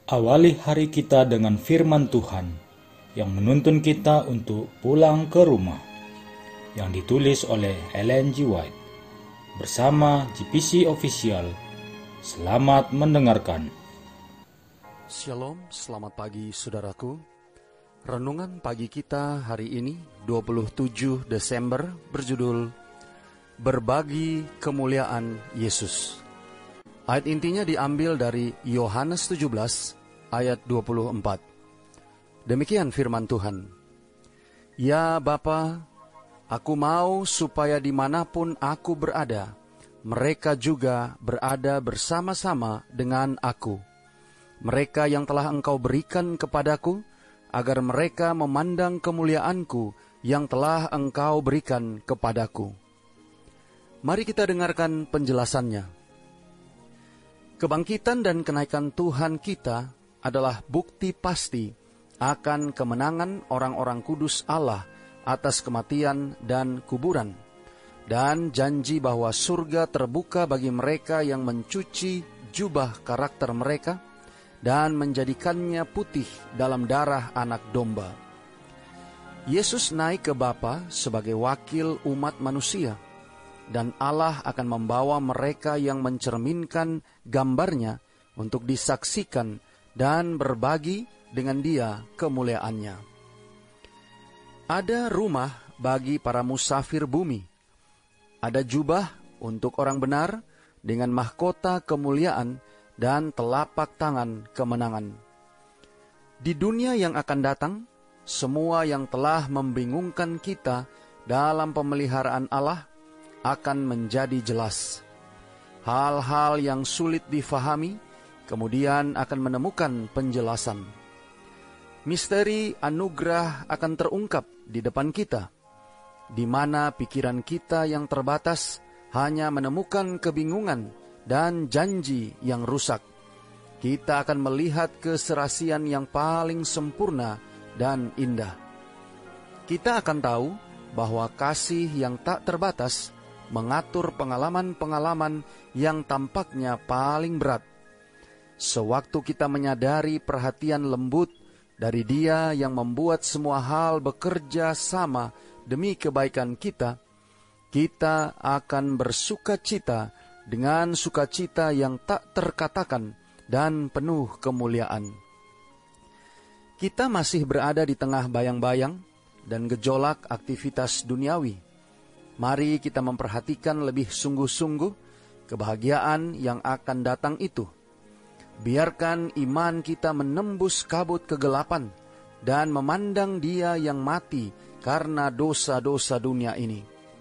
Awali hari kita dengan firman Tuhan yang menuntun kita untuk pulang ke rumah, yang ditulis oleh Ellen G. White bersama GPC Official. Selamat mendengarkan. Shalom, selamat pagi saudaraku. Renungan pagi kita hari ini 27 Desember berjudul Berbagi Kemuliaan Yesus. Ayat intinya diambil dari Yohanes 17 ayat 24. Demikian firman Tuhan. Ya Bapa, aku mau supaya dimanapun aku berada, mereka juga berada bersama-sama dengan aku. Mereka yang telah Engkau berikan kepadaku, agar mereka memandang kemuliaanku yang telah Engkau berikan kepadaku. Mari kita dengarkan penjelasannya. Kebangkitan dan kenaikan Tuhan kita adalah bukti pasti akan kemenangan orang-orang kudus Allah atas kematian dan kuburan, dan janji bahwa surga terbuka bagi mereka yang mencuci jubah karakter mereka dan menjadikannya putih dalam darah anak domba. Yesus naik ke Bapa sebagai wakil umat manusia, dan Allah akan membawa mereka yang mencerminkan gambarnya untuk disaksikan dan berbagi dengan Dia kemuliaannya. Ada rumah bagi para musafir bumi. Ada jubah untuk orang benar dengan mahkota kemuliaan dan telapak tangan kemenangan. Di dunia yang akan datang, semua yang telah membingungkan kita dalam pemeliharaan Allah akan menjadi jelas. Hal-hal yang sulit difahami kemudian akan menemukan penjelasan. Misteri anugerah akan terungkap di depan kita, di mana pikiran kita yang terbatas hanya menemukan kebingungan dan janji yang rusak. Kita akan melihat keserasian yang paling sempurna dan indah. Kita akan tahu bahwa kasih yang tak terbatas mengatur pengalaman-pengalaman yang tampaknya paling berat. Sewaktu kita menyadari perhatian lembut dari Dia yang membuat semua hal bekerja sama demi kebaikan kita, kita akan bersukacita dengan sukacita yang tak terkatakan dan penuh kemuliaan. Kita masih berada di tengah bayang-bayang dan gejolak aktivitas duniawi. Mari kita memperhatikan lebih sungguh-sungguh kebahagiaan yang akan datang itu. Biarkan iman kita menembus kabut kegelapan dan memandang Dia yang mati karena dosa-dosa dunia ini.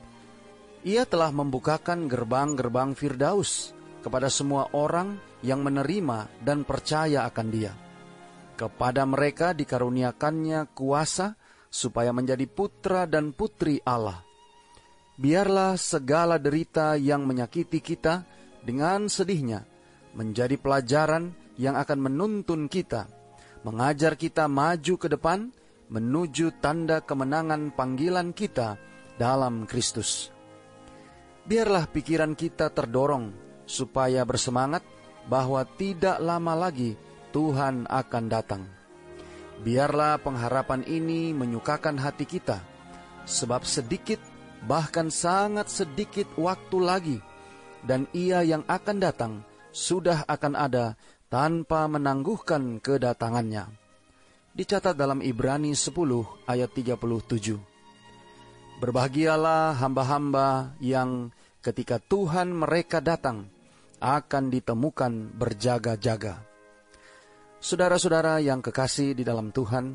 Ia telah membukakan gerbang-gerbang Firdaus kepada semua orang yang menerima dan percaya akan Dia. Kepada mereka dikaruniakannya kuasa supaya menjadi putra dan putri Allah. Biarlah segala derita yang menyakiti kita dengan sedihnya menjadi pelajaran yang akan menuntun kita, mengajar kita maju ke depan menuju tanda kemenangan panggilan kita dalam Kristus. Biarlah pikiran kita terdorong supaya bersemangat bahwa tidak lama lagi Tuhan akan datang. Biarlah pengharapan ini menyukakan hati kita, sebab sedikit, bahkan sangat sedikit waktu lagi, dan Ia yang akan datang sudah akan ada tanpa menangguhkan kedatangannya. Dicatat dalam Ibrani 10 ayat 37. Berbahagialah hamba-hamba yang ketika Tuhan mereka datang akan ditemukan berjaga-jaga. Saudara-saudara yang kekasih di dalam Tuhan,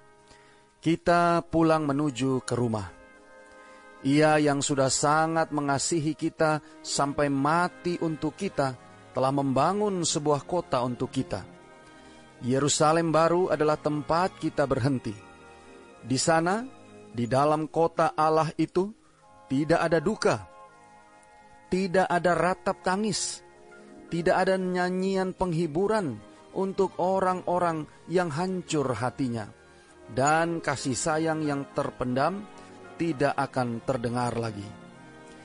kita pulang menuju ke rumah. Ia yang sudah sangat mengasihi kita sampai mati untuk kita, telah membangun sebuah kota untuk kita. Yerusalem baru adalah tempat kita berhenti. Di sana, di dalam kota Allah itu, tidak ada duka, tidak ada ratap tangis, tidak ada nyanyian penghiburan untuk orang-orang yang hancur hatinya, dan kasih sayang yang terpendam tidak akan terdengar lagi.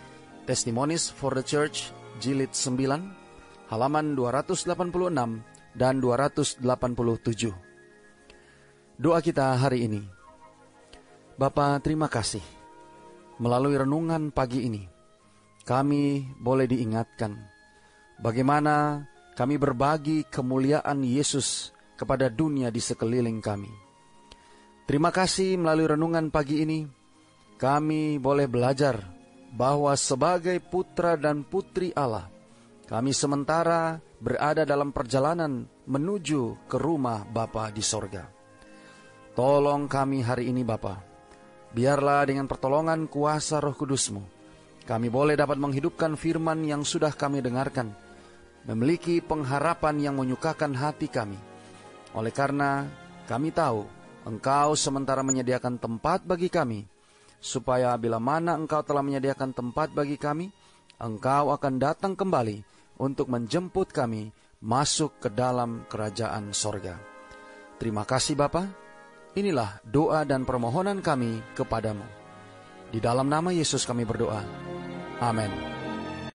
Testimonies for the Church, Jilid 9, halaman 286 dan 287. Doa kita hari ini. Bapa, terima kasih. Melalui renungan pagi ini, kami boleh diingatkan bagaimana kami berbagi kemuliaan Yesus kepada dunia di sekeliling kami. Terima kasih melalui renungan pagi ini, kami boleh belajar bahwa sebagai putra dan putri Allah, kami sementara berada dalam perjalanan menuju ke rumah Bapa di sorga. Tolong kami hari ini Bapa, biarlah dengan pertolongan kuasa Roh Kudus-Mu, kami boleh dapat menghidupkan firman yang sudah kami dengarkan, memiliki pengharapan yang menyukakan hati kami. Oleh karena kami tahu Engkau sementara menyediakan tempat bagi kami, supaya bila mana Engkau telah menyediakan tempat bagi kami, Engkau akan datang kembali untuk menjemput kami masuk ke dalam kerajaan sorga. Terima kasih Bapa. Inilah doa dan permohonan kami kepadamu. Di dalam nama Yesus kami berdoa. Amin.